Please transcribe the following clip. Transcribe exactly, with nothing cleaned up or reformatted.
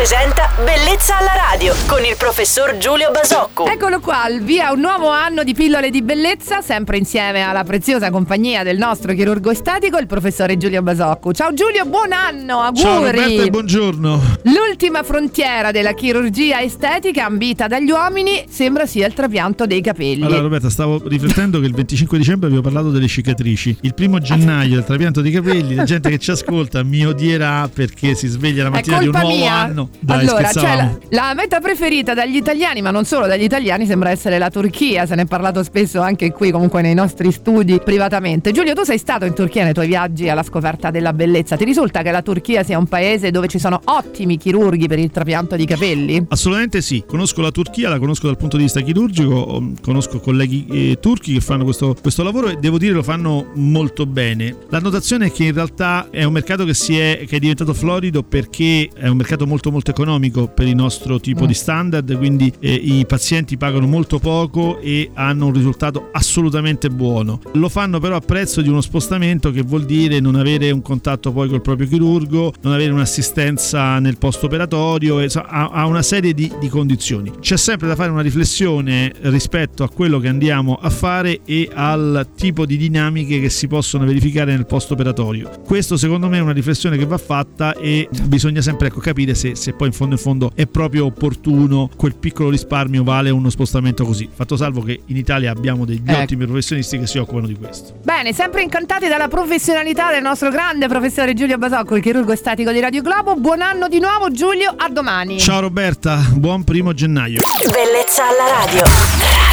presenta Bellezza alla radio con il professor Giulio Basocco. Eccolo qua, al via un nuovo anno di pillole di bellezza, sempre insieme alla preziosa compagnia del nostro chirurgo estetico, il professore Giulio Basocco. Ciao Giulio, buon anno, auguri. Ciao Roberta e buongiorno. L'ultima frontiera della chirurgia estetica ambita dagli uomini sembra sia il trapianto dei capelli. Allora Roberta, stavo riflettendo che il venticinque dicembre avevo parlato delle cicatrici. Il primo gennaio del trapianto dei capelli, la gente che ci ascolta mi odierà perché si sveglia la mattina di un nuovo mia. anno. Dai, allora, cioè, la, scherzavamo. la meta preferita dagli italiani, ma non solo dagli italiani, sembra essere la Turchia. Se ne è parlato spesso anche qui, comunque nei nostri studi privatamente. Giulio, tu sei stato in Turchia nei tuoi viaggi alla scoperta della bellezza. Ti risulta che la Turchia sia un paese dove ci sono ottimi chirurghi per il trapianto di capelli? Assolutamente sì, conosco la Turchia, la conosco dal punto di vista chirurgico, conosco colleghi eh, turchi che fanno questo, questo lavoro e devo dire lo fanno molto bene. La notazione è che in realtà è un mercato che, si è, che è diventato florido perché è un mercato molto molto economico per il nostro tipo mm. di standard, quindi eh, i pazienti pagano molto poco e hanno un risultato assolutamente buono. Lo fanno però a prezzo di uno spostamento, che vuol dire non avere un contatto poi col proprio chirurgo, non avere un'assistenza nel post operatorio, e, so, ha, ha una serie di, di condizioni. C'è sempre da fare una riflessione rispetto a quello che andiamo a fare e al tipo di dinamiche che si possono verificare nel post operatorio. Questo secondo me è una riflessione che va fatta e bisogna sempre ecco, capire se, se poi in fondo in fondo è proprio opportuno, quel piccolo risparmio vale uno spostamento così, fatto salvo che in Italia abbiamo degli ecco. ottimi professionisti che si occupano di questo. Bene, sempre incantati dalla professionalità del nostro grande professore Giulio Basocco, il chirurgo estetico di Radio Globo. Buon anno di nuovo Giulio, a domani. Ciao Roberta, buon primo gennaio. Bellezza alla radio.